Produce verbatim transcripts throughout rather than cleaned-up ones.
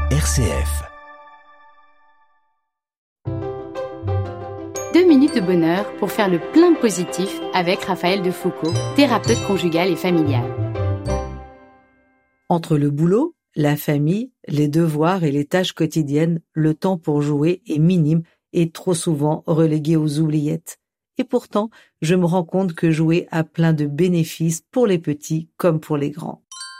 R C F. Deux minutes de bonheur pour faire le plein positif avec Raphaël Defoucault, thérapeute conjugal et familial. Entre le boulot, la famille, les devoirs et les tâches quotidiennes, le temps pour jouer est minime et trop souvent relégué aux oubliettes. Et pourtant, je me rends compte que jouer a plein de bénéfices pour les petits comme pour les grands.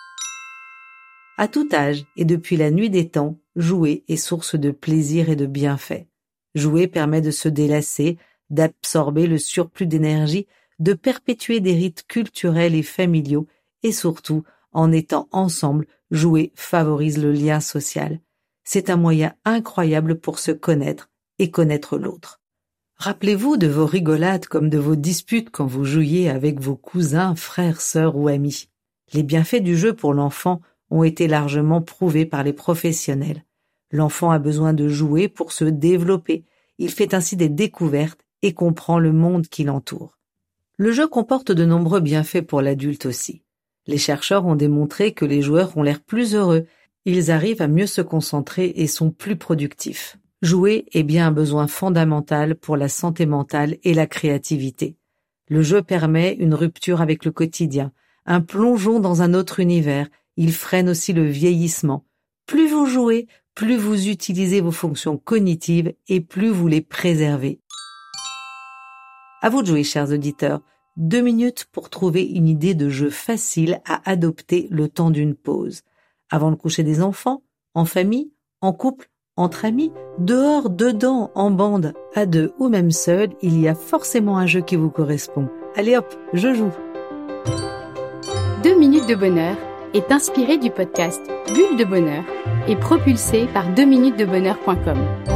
À tout âge et depuis la nuit des temps, jouer est source de plaisir et de bienfaits. Jouer permet de se délasser, d'absorber le surplus d'énergie, de perpétuer des rites culturels et familiaux et surtout, en étant ensemble, jouer favorise le lien social. C'est un moyen incroyable pour se connaître et connaître l'autre. Rappelez-vous de vos rigolades comme de vos disputes quand vous jouiez avec vos cousins, frères, sœurs ou amis. Les bienfaits du jeu pour l'enfant ont été largement prouvés par les professionnels. L'enfant a besoin de jouer pour se développer. Il fait ainsi des découvertes et comprend le monde qui l'entoure. Le jeu comporte de nombreux bienfaits pour l'adulte aussi. Les chercheurs ont démontré que les joueurs ont l'air plus heureux. Ils arrivent à mieux se concentrer et sont plus productifs. Jouer est bien un besoin fondamental pour la santé mentale et la créativité. Le jeu permet une rupture avec le quotidien, un plongeon dans un autre univers. Il freine aussi le vieillissement. Plus vous jouez, plus vous utilisez vos fonctions cognitives et plus vous les préservez. À vous de jouer, chers auditeurs. Deux minutes pour trouver une idée de jeu facile à adopter le temps d'une pause. Avant le coucher des enfants, en famille, en couple, entre amis, dehors, dedans, en bande, à deux ou même seul, il y a forcément un jeu qui vous correspond. Allez hop, je joue. Deux minutes de bonheur est inspiré du podcast Bulle de bonheur et propulsé par deux minutes de bonheur point com.